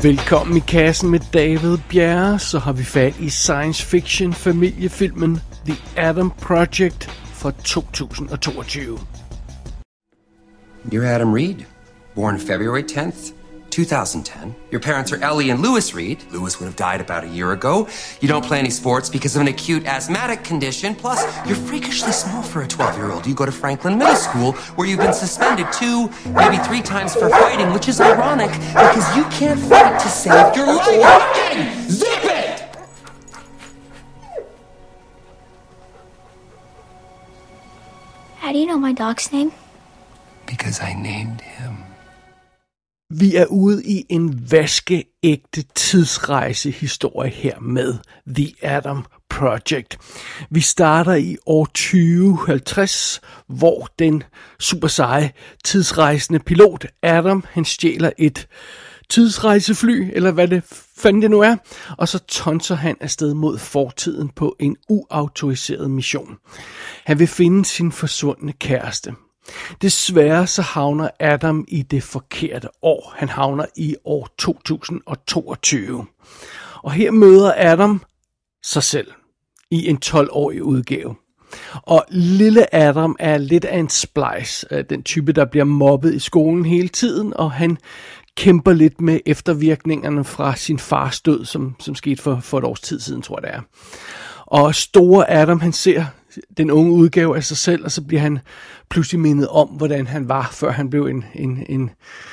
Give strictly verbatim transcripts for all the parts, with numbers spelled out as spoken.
Velkommen i kassen med David Bjerre, så har vi fat i science fiction familiefilmen The Adam Project fra to tusind og toogtyve. You're Adam Reed, born February tenth, two thousand ten. Your parents are Ellie and Lewis Reed. Lewis would have died about a year ago. You don't play any sports because of an acute asthmatic condition. Plus, you're freakishly small for a twelve-year-old. You go to Franklin Middle School, where you've been suspended two, maybe three times for fighting, which is ironic because you can't fight to save your life. Zip it! How do you know my dog's name? Because I named him. Vi er ude i en vaskeægte tidsrejsehistorie her med The Adam Project. Vi starter i år tyve halvtreds, hvor den super seje tidsrejsende pilot Adam, han stjæler et tidsrejsefly, eller hvad det fanden det nu er, og så tonser han afsted mod fortiden på en uautoriseret mission. Han vil finde sin forsvundne kæreste. Desværre så havner Adam i det forkerte år. Han havner i år to tusind og toogtyve. Og her møder Adam sig selv i en tolv-årig udgave. Og lille Adam er lidt af en splice, den type, der bliver mobbet i skolen hele tiden, og han kæmper lidt med eftervirkningerne fra sin fars død, som, som skete for, for et års tid siden, tror jeg det er. Og store Adam, han ser den unge udgave af sig selv, og så bliver han pludselig mindet om, hvordan han var, før han blev en, en, en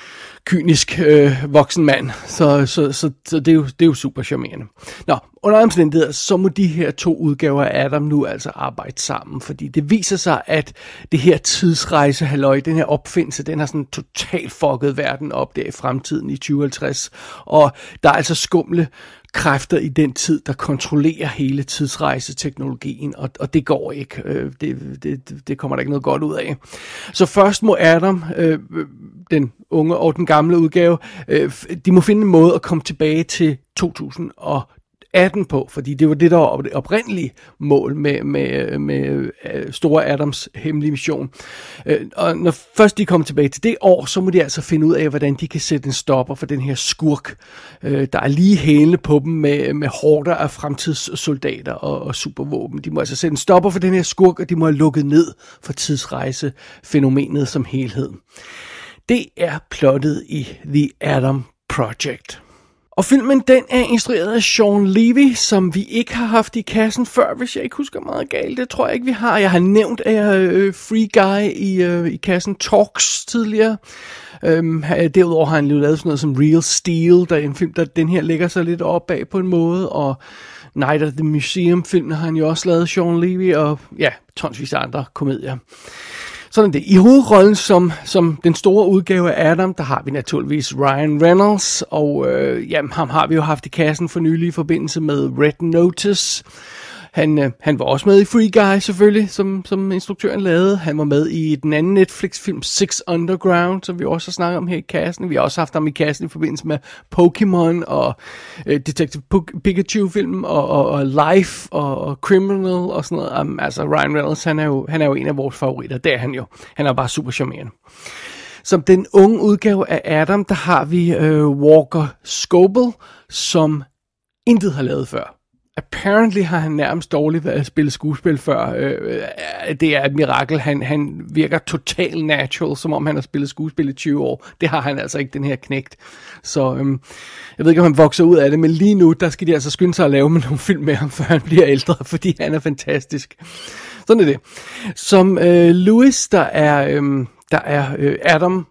kynisk øh, voksen mand. Så, så, så, så det, er jo, det er jo super charmerende. Nå, under omstændigheder, så må de her to udgaver af Adam nu altså arbejde sammen, fordi det viser sig, at det her tidsrejsehalløj, den her opfindelse, den har sådan totalt fucket verden op der i fremtiden i tyve halvtreds, og der er altså skumle kræfter i den tid, der kontrollerer hele tidsrejseteknologien, og, og det går ikke. Øh, det, det, det kommer der ikke noget godt ud af. Så først må Adam, øh, den unge og den gamle udgave, øh, de må finde en måde at komme tilbage til to tusind og atten på, fordi det var det, der var det oprindelige mål med, med, med store Adams hemmelige mission. Og når først de kommer tilbage til det år, så må de altså finde ud af, hvordan de kan sætte en stopper for den her skurk, der er lige hælende på dem med, med horder af fremtidssoldater og, og supervåben. De må altså sætte en stopper for den her skurk, og de må have lukket ned for tidsrejsefænomenet som helhed. Det er plottet i The Adam Project. Og filmen, den er instrueret af Shawn Levy, som vi ikke har haft i kassen før, hvis jeg ikke husker meget galt. Det tror jeg ikke, vi har. Jeg har nævnt af uh, Free Guy i, uh, i kassen Talks tidligere. Um, derudover har han lavet sådan noget som Real Steel, der er en film, der den her lægger sig lidt op bag på en måde, og Night at the Museum-filmen har han jo også lavet, Shawn Levy, og ja, tonsvis af andre komedier. Sådan det. I hovedrollen som, som den store udgave af Adam, der har vi naturligvis Ryan Reynolds, og øh, jamen, ham har vi jo haft i kassen for nylig i forbindelse med Red Notice. Han, øh, han var også med i Free Guy selvfølgelig, som, som instruktøren lavede. Han var med i den anden Netflix-film Six Underground, som vi også har snakket om her i kassen. Vi har også haft ham i kassen i forbindelse med Pokémon og øh, Detective Pikachu-filmen og, og, og Life og, og Criminal og sådan noget. Um, altså Ryan Reynolds, han er, jo, han er jo en af vores favoritter. Det er han jo. Han er bare super charmerende. Som den unge udgave af Adam, der har vi øh, Walker Scobell, som intet har lavet før. Apparently har han nærmest dårligt været at spille skuespil før. Det er et mirakel. Han, han virker totalt natural, som om han har spillet skuespil i tyve år. Det har han altså ikke, den her knægt. Så øhm, jeg ved ikke, om han vokser ud af det, men lige nu, der skal de altså skynde sig at lave med nogle film med ham, før han bliver ældre, fordi han er fantastisk. Sådan er det. Som øh, Lewis, der er, øh, der er øh, Adam...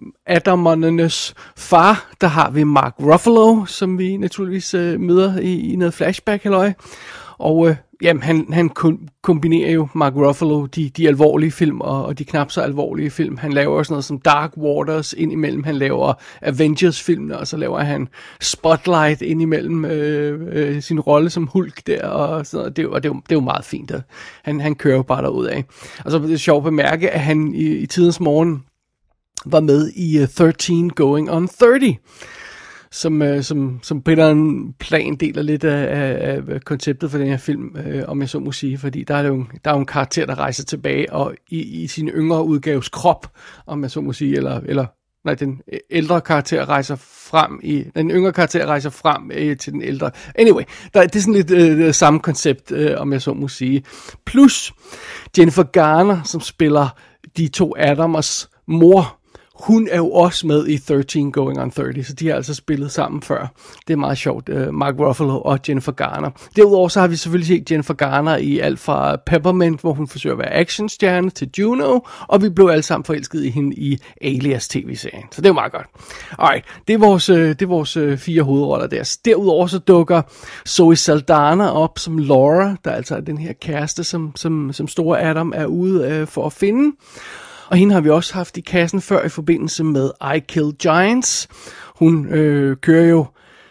Adamernes far, der har vi Mark Ruffalo, som vi naturligvis øh, møder i, i noget flashback, halløj. Og øh, jamen, han, han kombinerer jo Mark Ruffalo, de, de alvorlige film og, og de knap så alvorlige film. Han laver også noget som Dark Waters indimellem. Han laver Avengers-filmene, og så laver han Spotlight indimellem øh, øh, sin rolle som Hulk der. Og, sådan noget. Det, og det, er jo, det er jo meget fint. Han, han kører jo bare derudad. Og så er det sjovt at bemærke, at han i, i tidens morgen var med i uh, thirteen Going on thirty, som, uh, som, som på en plan deler lidt af, af, af konceptet for den her film, uh, om jeg så må sige, fordi der er jo, der er jo en karakter, der rejser tilbage, og i, i sin yngre udgaves krop, om jeg så må sige, eller, eller nej, den ældre karakter rejser frem i, den yngre karakter rejser frem øh, til den ældre. Anyway, der, det er sådan lidt øh, samme koncept, øh, om jeg så må sige. Plus Jennifer Garner, som spiller de to Adamers mor, hun er jo også med i thirteen Going on thirty, så de har altså spillet sammen før. Det er meget sjovt, uh, Mark Ruffalo og Jennifer Garner. Derudover så har vi selvfølgelig set Jennifer Garner i alt fra Peppermint, hvor hun forsøger at være actionstjerne, til Juno, og vi blev alle sammen forelsket i hende i Alias tv-serien. Så det er jo meget godt. Alright, det er vores, det er vores fire hovedroller der. Derudover så dukker Zoe Saldana op som Laura, der altså er den her kæreste, som, som, som store Adam er ude uh, for at finde. Og hende har vi også haft i kassen før i forbindelse med I Kill Giants. Hun øh, kører jo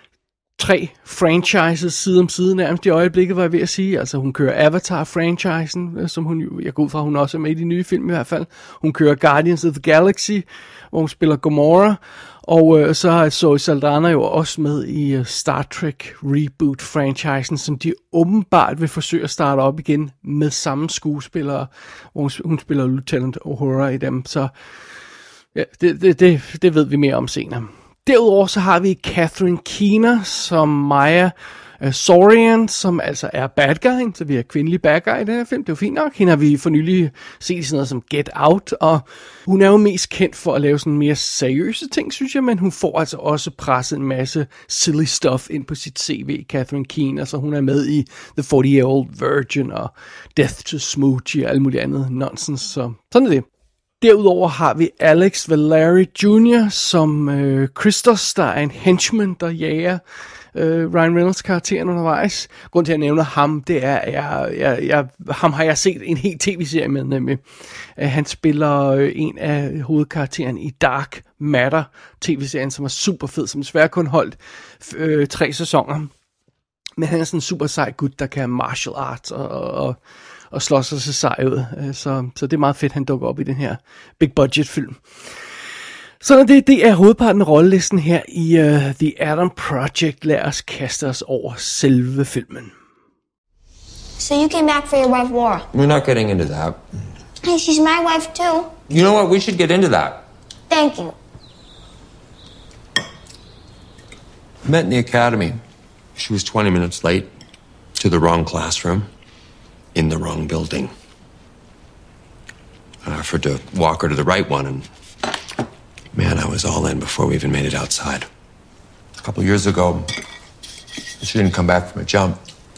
tre franchises side om side nærmest i øjeblikket, var jeg ved at sige. Altså hun kører Avatar-franchisen, som hun, jeg går ud fra, hun også er med i de nye film i hvert fald. Hun kører Guardians of the Galaxy, hvor hun spiller Gamora. Og øh, så har Zoe Saldana jo også med i uh, Star Trek Reboot-franchisen, som de åbenbart vil forsøge at starte op igen med samme skuespillere, hvor hun, hun spiller Lieutenant Uhura i dem. Så ja, det, det, det, det ved vi mere om senere. Derudover så har vi Catherine Keener som Maya uh, Saurian, som altså er bad guy, så vi er kvindelig bad guy i den her film. Det er jo fint nok. Hende har vi for nylig set i sådan noget som Get Out, og hun er jo mest kendt for at lave sådan mere seriøse ting, synes jeg, men hun får altså også presset en masse silly stuff ind på sit C V, Catherine Keener, så hun er med i The forty-Year-Old Virgin og Death to Smoochie og alt muligt andet nonsens, så sådan er det. Derudover har vi Alex Valeri junior som øh, Christos, der er en henchman, der jager øh, Ryan Reynolds karakteren undervejs. Grunden til at jeg nævner ham, det er, at jeg, jeg, jeg, ham har jeg set en hel tv-serie med, nemlig. Uh, han spiller øh, en af hovedkaraktererne i Dark Matter, tv-serien, som er super fed, som desværre kun holdt øh, tre sæsoner. Men han er sådan en super sej gut, der kan martial arts og... og og slår sig så sej ud. Så, så det er meget fedt, han dukker op i den her big budget film. Så det, det er hovedparten af rollelisten her i uh, The Adam Project. Lad os kaste os over selve filmen. So you came back for your wife, Laura? We're not getting into that. Hey, she's my wife too. You know what? We should get into that. Thank you. Met in the academy. She was twenty minutes late to the wrong classroom. In the wrong building. I offered to walk her to the right one, and man, I was all in before we even made it outside. A couple years ago, she didn't come back from a jump.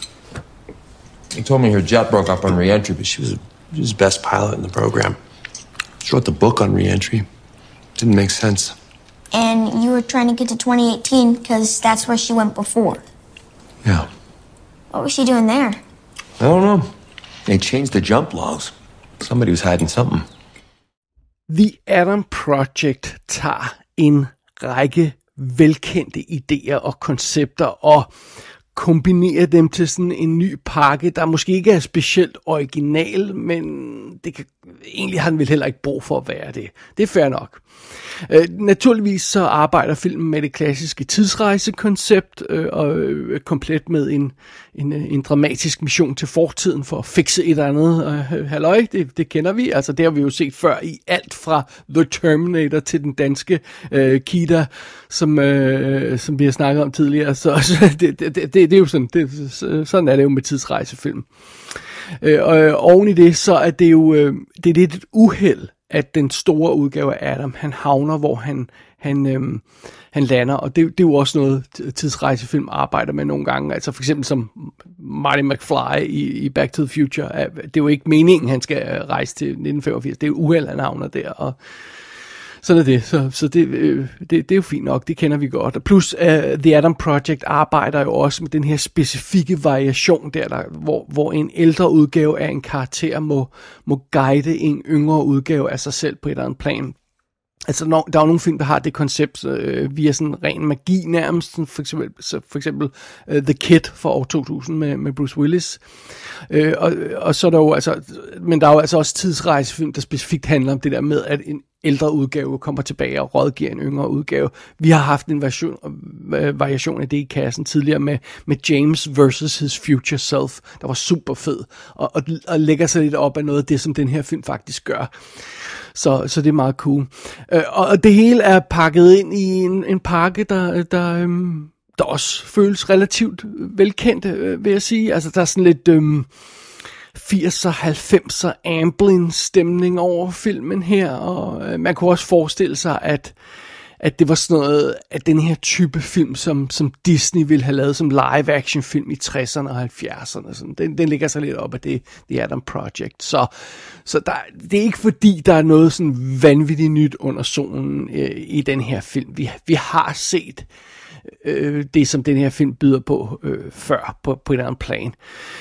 He told me her jet broke up on re-entry, but she was, she was the best pilot in the program. She wrote the book on re-entry. Didn't make sense. And you were trying to get to twenty eighteen because that's where she went before. Yeah. What was she doing there? I don't know. They changed the jump logs. Somebody was hiding something. The Adam Project tager en række velkendte idéer og koncepter og kombinerer dem til sådan en ny pakke, der måske ikke er specielt original, men det kan, egentlig har den vel heller ikke brug for at være det. Det er fair nok. Øh, naturligvis så arbejder filmen med det klassiske tidsrejsekoncept, øh, og øh, komplet med en, en, en dramatisk mission til fortiden for at fikse et eller andet. Øh, halløj, det, det kender vi. Altså det har vi jo set før i alt fra The Terminator til den danske øh, Kida, som, øh, som vi har snakket om tidligere. Så, så det, det, det, det er jo sådan, det, sådan er det jo med tidsrejsefilm. Øh, og øh, oven i det, så er det jo øh, det er lidt et uheld, at den store udgave af Adam, han havner, hvor han, han, øhm, han lander, og det, det er jo også noget, tidsrejsefilm arbejder med nogle gange, altså for eksempel som Marty McFly i, i Back to the Future, det er jo ikke meningen, han skal rejse til nitten femogfirs, det er jo uheld, han havner der, og sådan er det, så, så det, øh, det, det er jo fint nok, det kender vi godt. Og plus uh, The Adam Project arbejder jo også med den her specifikke variation der, der hvor, hvor en ældre udgave af en karakter må, må guide en yngre udgave af sig selv på et eller andet plan. Altså, når, der er jo nogle film, der har det koncept øh, via sådan ren magi nærmest, sådan for eksempel, så for eksempel uh, The Kid fra år to tusind med, med Bruce Willis. Øh, og, og så er der jo altså, men der er jo altså også tidsrejsefilm, der specifikt handler om det der med, at en ældre udgave kommer tilbage og rådgiver en yngre udgave. Vi har haft en version, øh, variation af det i kassen tidligere med, med James versus his future self, der var super fed, og, og, og lægger sig lidt op af noget af det, som den her film faktisk gør. Så, så det er meget cool. Øh, og det hele er pakket ind i en, en pakke, der, der, øhm, der også føles relativt velkendt, øh, vil jeg sige. Altså, der er sådan lidt øhm, firser, halvfemser Amblin stemning over filmen her, og øh, man kunne også forestille sig, at at det var sådan noget, at den her type film, som, som Disney ville have lavet som live-action film i tresserne og halvfjerdserne, sådan, den, den ligger sig lidt op af det, The Adam Project. Så, så der, det er ikke fordi, der er noget sådan vanvittigt nyt under solen øh, i den her film. Vi, vi har set øh, det, som den her film byder på øh, før, på, på et andet plan.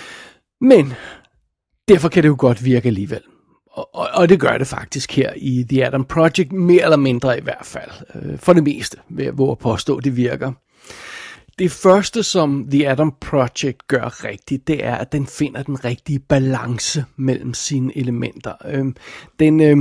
Men derfor kan det jo godt virke alligevel. Og, og, og det gør det faktisk her i The Adam Project, mere eller mindre i hvert fald. Øh, for det meste, vil jeg våge at påstå, det virker. Det første, som The Adam Project gør rigtigt, det er, at den finder den rigtige balance mellem sine elementer. Øh, den... Øh,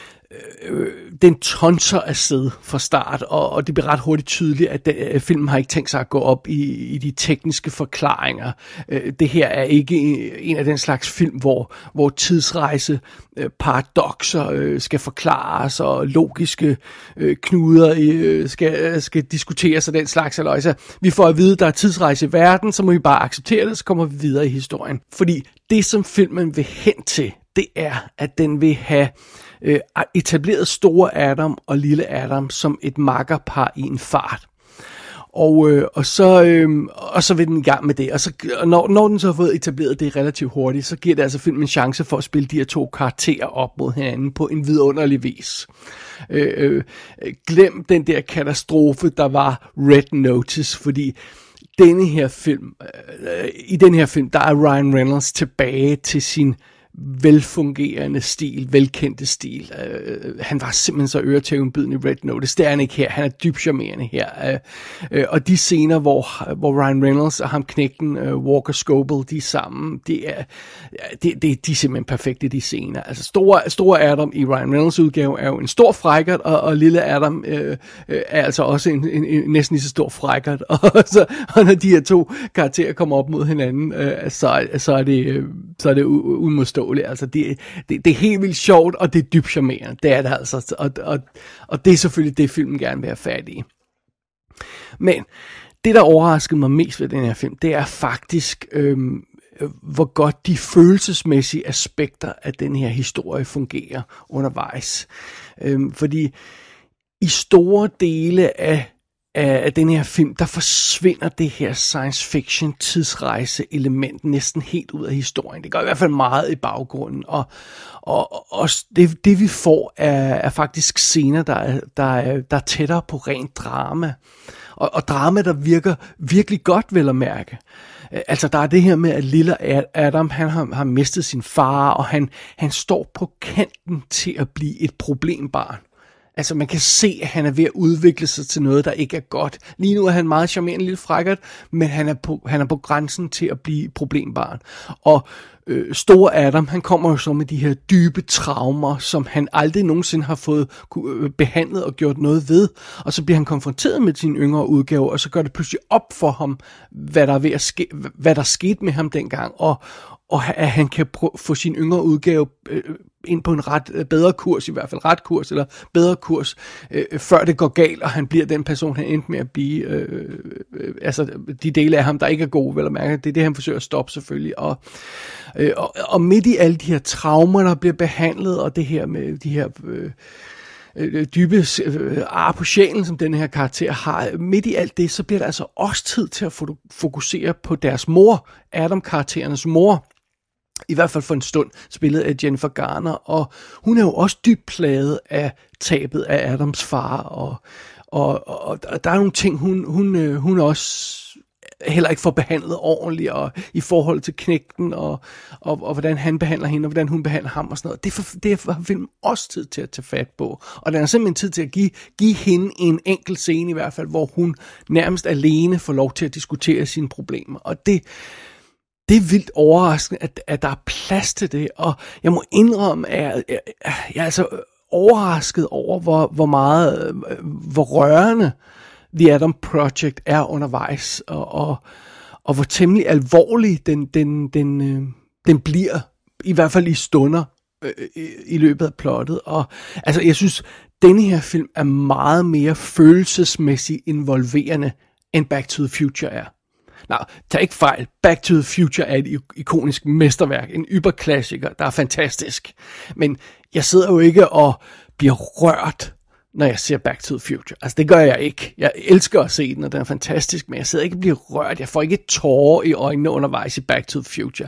Øh, den tonser afsted fra start, og, og det bliver ret hurtigt tydeligt, at, det, at filmen har ikke tænkt sig at gå op i, i de tekniske forklaringer. Øh, det her er ikke en af den slags film, hvor, hvor tidsrejse, øh, paradoxer øh, skal forklares, og logiske øh, knuder øh, skal, skal diskuteres og den slags. Altså, vi får at vide, at der er tidsrejse i verden, så må vi bare acceptere det, så kommer vi videre i historien. Fordi det, som filmen vil hen til, det er, at den vil have øh, etableret store Adam og lille Adam som et makkerpar i en fart. Og, øh, og, så, øh, og så vil den i gang med det. Og, så, og når, når den så har fået etableret det relativt hurtigt, så giver det altså filmen en chance for at spille de her to karakterer op mod hinanden på en vidunderlig vis. Øh, øh, glem den der katastrofe, der var Red Notice, fordi denne her film, øh, i den her film, der er Ryan Reynolds tilbage til sin velfungerende stil, velkendte stil. Uh, han var simpelthen så øretævnbydende i Red Notice. Det er han ikke her. Han er dybt charmerende her. Uh, uh, og de scener, hvor, hvor Ryan Reynolds og ham knægten uh, Walker Scoble, de er sammen, det er, det, det, de er simpelthen perfekte, de scener. Altså store, store Adam i Ryan Reynolds udgave er jo en stor frækkert, og, og lille Adam uh, uh, er altså også en, en, en næsten lige så stor frækkert. Og, så, og når de her to karakterer kommer op mod hinanden, uh, så, så er det, uh, så er det u- umodståeligt. Altså det, det, det er helt vildt sjovt, og det er dybt charmerende. Det er det altså. Og, og, og det er selvfølgelig det, filmen gerne vil have fat i. Men det, der overraskede mig mest ved den her film, det er faktisk, øhm, hvor godt de følelsesmæssige aspekter af den her historie fungerer undervejs. Øhm, fordi i store dele af af den her film, der forsvinder det her science fiction tidsrejse element næsten helt ud af historien. Det går i hvert fald meget i baggrunden, og, og, og det, det vi får er, er faktisk scener, der er, der, er, der er tættere på rent drama. Og, og drama, der virker virkelig godt, vel at mærke. Altså, der er det her med, at lille Adam, han har, har mistet sin far, og han, han står på kanten til at blive et problembarn. Altså, man kan se, at han er ved at udvikle sig til noget, der ikke er godt. Lige nu er han meget charmerende, lille frækkert, men han er på, han er på grænsen til at blive problembarn. Og øh, store Adam, han kommer jo så med de her dybe traumer, som han aldrig nogensinde har fået øh, behandlet og gjort noget ved. Og så bliver han konfronteret med sin yngre udgave, og så gør det pludselig op for ham, hvad der er ved at ske, hvad der skete med ham dengang, og og at han kan prø- få sin yngre udgave øh, ind på en ret øh, bedre kurs, i hvert fald ret kurs, eller bedre kurs, øh, før det går galt, og han bliver den person, han endte med at blive. Øh, øh, altså, de dele af ham, der ikke er gode, vel at mærke, det er det, han forsøger at stoppe selvfølgelig. Og, øh, og, og midt i alle de her traumer, der bliver behandlet, og det her med de her Øh, dybe øh, ar på sjælen, som den her karakter har. Midt i alt det, så bliver der altså også tid til at fokusere på deres mor, Adam-karakterernes mor, i hvert fald for en stund, spillet af Jennifer Garner, og hun er jo også dybt plaget af tabet af Adams far, og, og, og, og der er nogle ting, hun, hun, hun også heller ikke får behandlet ordentligt, og i forhold til knægten, og, og, og hvordan han behandler hende, og hvordan hun behandler ham, og sådan noget. Det, for, det har filmen også tid til at tage fat på, og den er simpelthen tid til at give, give hende en enkelt scene i hvert fald, hvor hun nærmest alene får lov til at diskutere sine problemer, og det Det er vildt overraskende, at, at der er plads til det, og jeg må indrømme, at jeg, jeg, jeg er altså overrasket over, hvor, hvor meget, øh, hvor rørende The Adam Project er undervejs, og, og, og hvor temmelig alvorlig den, den, den, øh, den bliver, i hvert fald i stunder øh, i løbet af plottet. Og altså, jeg synes, denne her film er meget mere følelsesmæssigt involverende, end Back to the Future er. Nå, tag ikke fejl. Back to the Future er et ikonisk mesterværk. En yberklassiker, der er fantastisk. Men jeg sidder jo ikke og bliver rørt, når jeg ser Back to the Future. Altså, det gør jeg ikke. Jeg elsker at se den, og den er fantastisk, men jeg sidder ikke og bliver rørt. Jeg får ikke tårer i øjnene undervejs i Back to the Future.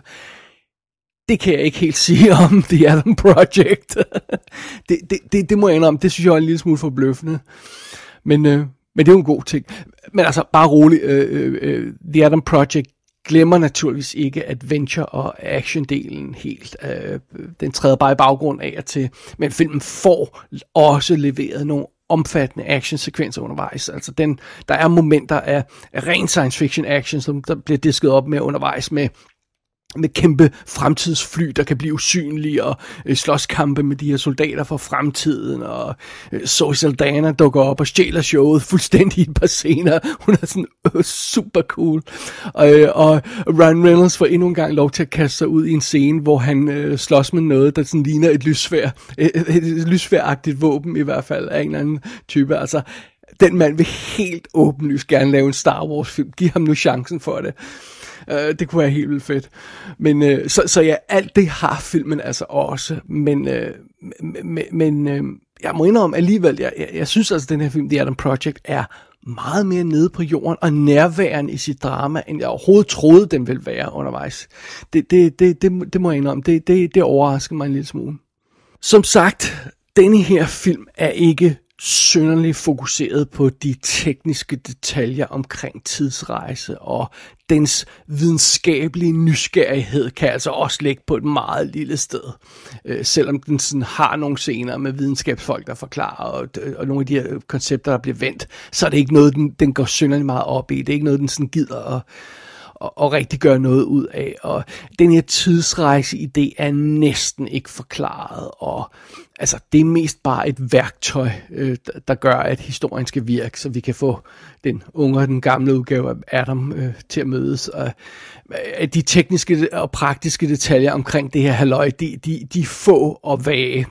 Det kan jeg ikke helt sige om The Adam Project. det, det, det, det må jeg indrømme. Det synes jeg er en lille smule forbløffende. Men... Øh, Men det er jo en god ting. Men altså, bare roligt, uh, uh, The Adam Project glemmer naturligvis ikke adventure- og action-delen helt. Uh, den træder bare i baggrund af og til. Men filmen får også leveret nogle omfattende action-sekvenser undervejs. Altså, den, der er momenter af, af ren science-fiction-action, som der bliver disket op med undervejs med med kæmpe fremtidsfly, der kan blive usynlige, og øh, slåskampe med de her soldater fra fremtiden, og øh, Zoe Saldana dukker op og stjæler showet fuldstændig i et par scener. Hun er sådan øh, super cool. Og, øh, og Ryan Reynolds får endnu en gang lov til at kaste sig ud i en scene, hvor han øh, slås med noget, der sådan ligner et lysfær, et, et, et lysfæragtigt våben i hvert fald, af en eller anden type. Altså, den mand vil helt åbenlyst gerne lave en Star Wars film. Giv ham nu chancen for det. Uh, det kunne være helt vildt fedt. Men, uh, så, så ja, alt det har filmen altså også. Men, uh, men, men uh, jeg må indrømme alligevel, jeg, jeg, jeg synes altså, at den her film, The Adam Project, er meget mere nede på jorden og nærværende i sit drama, end jeg overhovedet troede, den ville være undervejs. Det, det, det, det, det må jeg indrømme. Det, det, det overrasker mig en lille smule. Som sagt, denne her film er ikke synderligt fokuseret på de tekniske detaljer omkring tidsrejse, og dens videnskabelige nysgerrighed kan altså også ligge på et meget lille sted. Øh, selvom den sådan har nogle scener med videnskabsfolk, der forklarer, og, og nogle af de her koncepter, der bliver vendt, så er det ikke noget, den, den går synderligt meget op i. Det er ikke noget, den sådan gider at Og, og rigtig gøre noget ud af. Og den her tidsrejse-idé er næsten ikke forklaret. Og altså, det er mest bare et værktøj, øh, der gør, at historien skal virke, så vi kan få den unge og den gamle udgave af Adam øh, til at mødes. Og øh, de tekniske og praktiske detaljer omkring det her halløj, de, de, de er få og vage.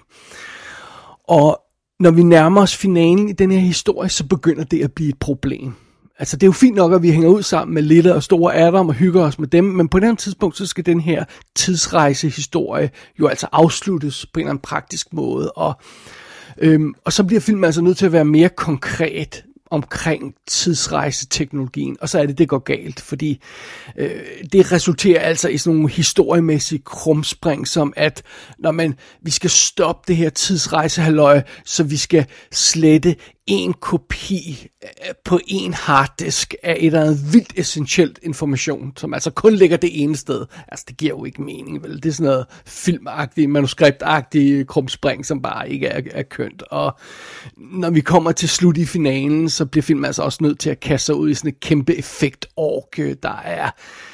Og når vi nærmer os finalen i den her historie, så begynder det at blive et problem. Altså, det er jo fint nok, at vi hænger ud sammen med lille og store Adam og hygger os med dem, men på den tidspunkt, så skal den her tidsrejsehistorie jo altså afsluttes på en eller anden praktisk måde, og, øhm, og så bliver filmen altså nødt til at være mere konkret omkring tidsrejseteknologien, og så er det, det går galt, fordi øh, det resulterer altså i sådan nogle historiemæssige krumspring, som at, når man, vi skal stoppe det her tidsrejsehalløj, så vi skal slette en kopi på en harddisk af et eller andet vildt essentielt information, som altså kun ligger det ene sted. Altså, det giver jo ikke mening, vel? Det er sådan noget filmagtigt, manuskriptagtigt krumspring, som bare ikke er, er kønt. Og når vi kommer til slut i finalen, så bliver filmen altså også nødt til at kaste sig ud i sådan et kæmpe effektorke, der er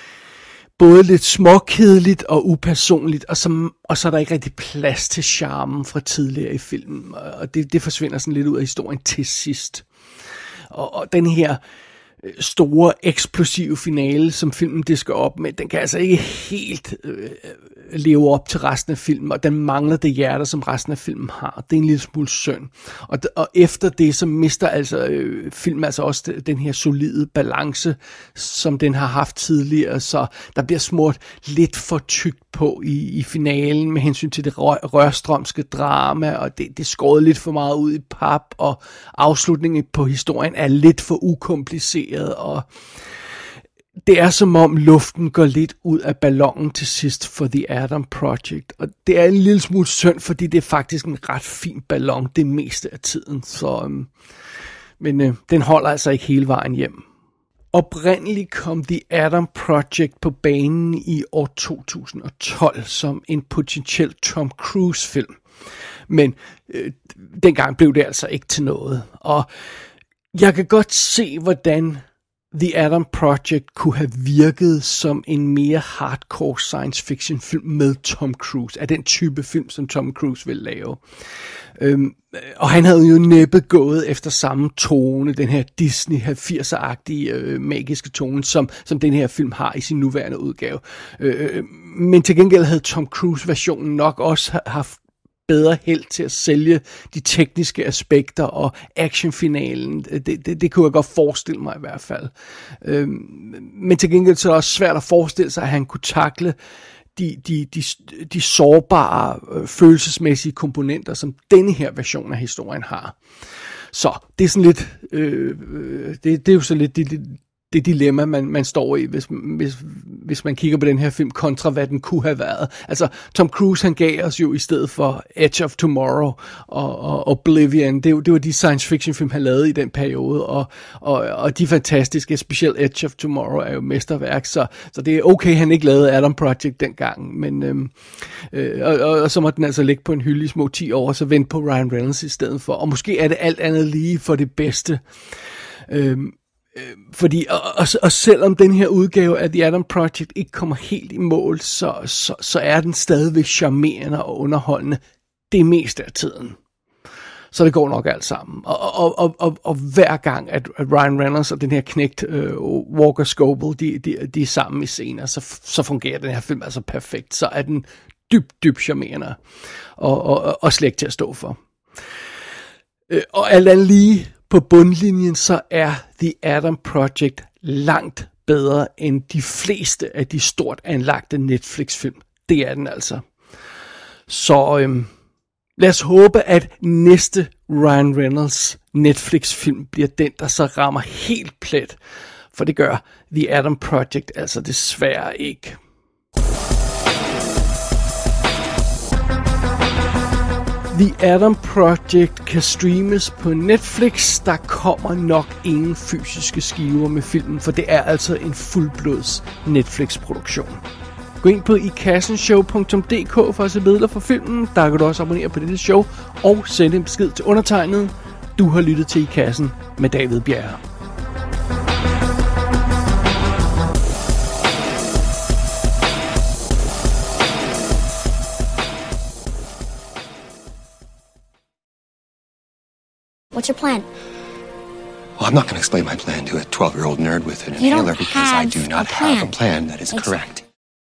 både lidt småkedeligt og upersonligt, og så, og så er der ikke rigtig plads til charmen fra tidligere i filmen, og det, det forsvinder sådan lidt ud af historien til sidst. Og, og den her store, eksplosive finale, som filmen disker op med, den kan altså ikke helt øh, leve op til resten af filmen, og den mangler det hjerte, som resten af filmen har. Det er en lille smule synd. Og, og efter det, så mister altså øh, filmen altså også den her solide balance, som den har haft tidligere, så der bliver smurt lidt for tykt på i, i finalen med hensyn til det rør, rørstrømske drama, og det, det skåret lidt for meget ud i pap, og afslutningen på historien er lidt for ukompliceret, og det er som om luften går lidt ud af ballonen til sidst for The Adam Project, og det er en lille smule synd, fordi det er faktisk en ret fin ballon det meste af tiden, så øhm, men øh, den holder altså ikke hele vejen hjem. Oprindeligt kom The Adam Project på banen i år to tusind og tolv som en potentiel Tom Cruise film, men øh, dengang blev det altså ikke til noget, og jeg kan godt se, hvordan The Adam Project kunne have virket som en mere hardcore science fiction film med Tom Cruise, af den type film, som Tom Cruise vil lave. Øhm, og han havde jo næppe gået efter samme tone, den her Disney halvfjerdser-agtige øh, magiske tone, som, som den her film har i sin nuværende udgave. Øh, men til gengæld havde Tom Cruise-versionen nok også haft bedre held til at sælge de tekniske aspekter og actionfinalen. Det, det, det kunne jeg godt forestille mig i hvert fald. Øhm, men til gengæld så er det også svært at forestille sig, at han kunne takle de, de, de, de sårbare, øh, følelsesmæssige komponenter, som denne her version af historien har. Så det er sådan lidt, øh, det, det er jo så lidt det, det, det dilemma, man, man står i, hvis, hvis, hvis man kigger på den her film, kontra hvad den kunne have været. Altså, Tom Cruise, han gav os jo i stedet for Edge of Tomorrow og, og Oblivion. Det, det var de science fiction film, han lavede i den periode, og, og, og de fantastiske, specielt Edge of Tomorrow, er jo mesterværk, så, så det er okay, han ikke lavede Adam Project dengang, men øhm, øh, og, og, og så må den altså ligge på en hylde i små ti år, og så vente på Ryan Reynolds i stedet for, og måske er det alt andet lige for det bedste. Øhm, Fordi, og, og, og selvom den her udgave af The Adam Project ikke kommer helt i mål, så, så, så er den stadigvæk charmerende og underholdende det meste af tiden. Så det går nok alt sammen. Og, og, og, og, og hver gang, at, at Ryan Reynolds og den her knægt uh, Walker Scobell, de, de, de er sammen i scener, så, så fungerer den her film altså perfekt. Så er den dybt, dybt charmerende og, og, og slet ikke til at stå for. Uh, og alt andet lige på bundlinjen, så er The Adam Project langt bedre end de fleste af de stort anlagte Netflix-film. Det er den altså. Så øhm, lad os håbe, at næste Ryan Reynolds Netflix-film bliver den, der så rammer helt plet. For det gør The Adam Project altså desværre ikke. The Adam Project kan streames på Netflix. Der kommer nok ingen fysiske skiver med filmen, for det er altså en fuldblods Netflix-produktion. Gå ind på i kassen show punktum d k for at se billeder fra filmen. Der kan du også abonnere på dette show og sende en besked til undertegnet. Du har lyttet til I Kassen med David Bjerre. What's your plan? Well, I'm not going to explain my plan to a twelve-year-old nerd with an You inhaler don't because I have do not a plan. have a plan. That is It's correct.